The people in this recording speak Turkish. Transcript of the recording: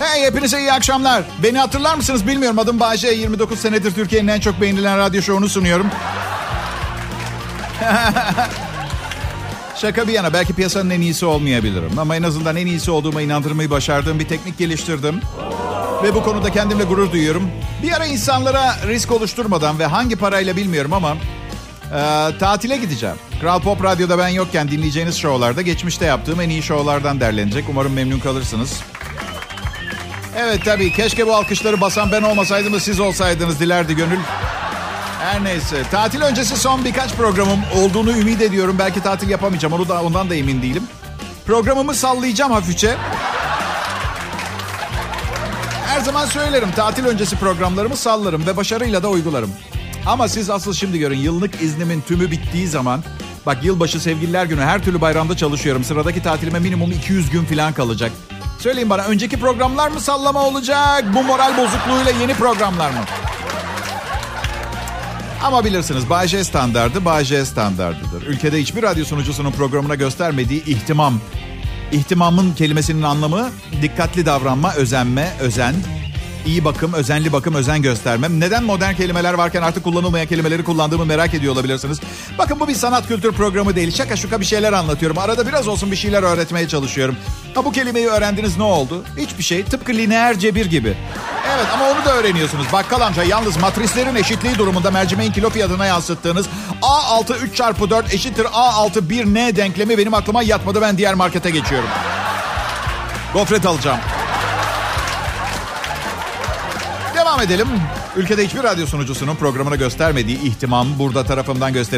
Hey, hepinize iyi akşamlar. Beni hatırlar mısınız bilmiyorum. Adım Bayce. 29 senedir Türkiye'nin en çok beğenilen radyo şovunu sunuyorum. Şaka bir yana, belki piyasanın en iyisi olmayabilirim. Ama en azından en iyisi olduğuma inandırmayı başardığım bir teknik geliştirdim. Ve bu konuda kendimle gurur duyuyorum. Bir ara insanlara risk oluşturmadan ve hangi parayla bilmiyorum ama tatile gideceğim. Kral Pop Radyo'da ben yokken dinleyeceğiniz şovlarda geçmişte yaptığım en iyi şovlardan derlenecek. Umarım memnun kalırsınız. Evet tabii, keşke bu alkışları basan ben olmasaydım da siz olsaydınız dilerdi gönül. Her neyse, tatil öncesi son birkaç programım olduğunu ümit ediyorum. Belki tatil yapamayacağım, ondan da emin değilim. Programımı sallayacağım hafifçe. Her zaman söylerim, tatil öncesi programlarımı sallarım ve başarıyla da uygularım. Ama siz asıl şimdi görün, yıllık iznimin tümü bittiği zaman... Bak, yılbaşı, sevgililer günü, her türlü bayramda çalışıyorum. Sıradaki tatilime minimum 200 gün falan kalacak. Söyleyin bana, önceki programlar mı sallama olacak? Bu moral bozukluğuyla yeni programlar mı? Ama bilirsiniz, Bay J standardı Bay J standardıdır. Ülkede hiçbir radyo sunucusunun programına göstermediği ihtimam. İhtimamın kelimesinin anlamı dikkatli davranma, özenme, özen, iyi bakım, özenli bakım, özen göstermem. Neden modern kelimeler varken artık kullanılmayan kelimeleri kullandığımı merak ediyor olabilirsiniz. Bakın, bu bir sanat kültür programı değil. Şaka şuka bir şeyler anlatıyorum. Arada biraz olsun bir şeyler öğretmeye çalışıyorum. Ha, bu kelimeyi öğrendiniz, ne oldu? Hiçbir şey. Tıpkı lineer cebir gibi. Evet, ama onu da öğreniyorsunuz. Bakkal amca, yalnız matrislerin eşitliği durumunda mercimeğin kilo fiyatına yansıttığınız A6 3x4 eşittir A6 1N denklemi benim aklıma yatmadı. Ben diğer markete geçiyorum. Gofret alacağım. Devam edelim. Ülkede hiçbir radyo sunucusunun programına göstermediği ihtimam burada tarafımdan gösterildi.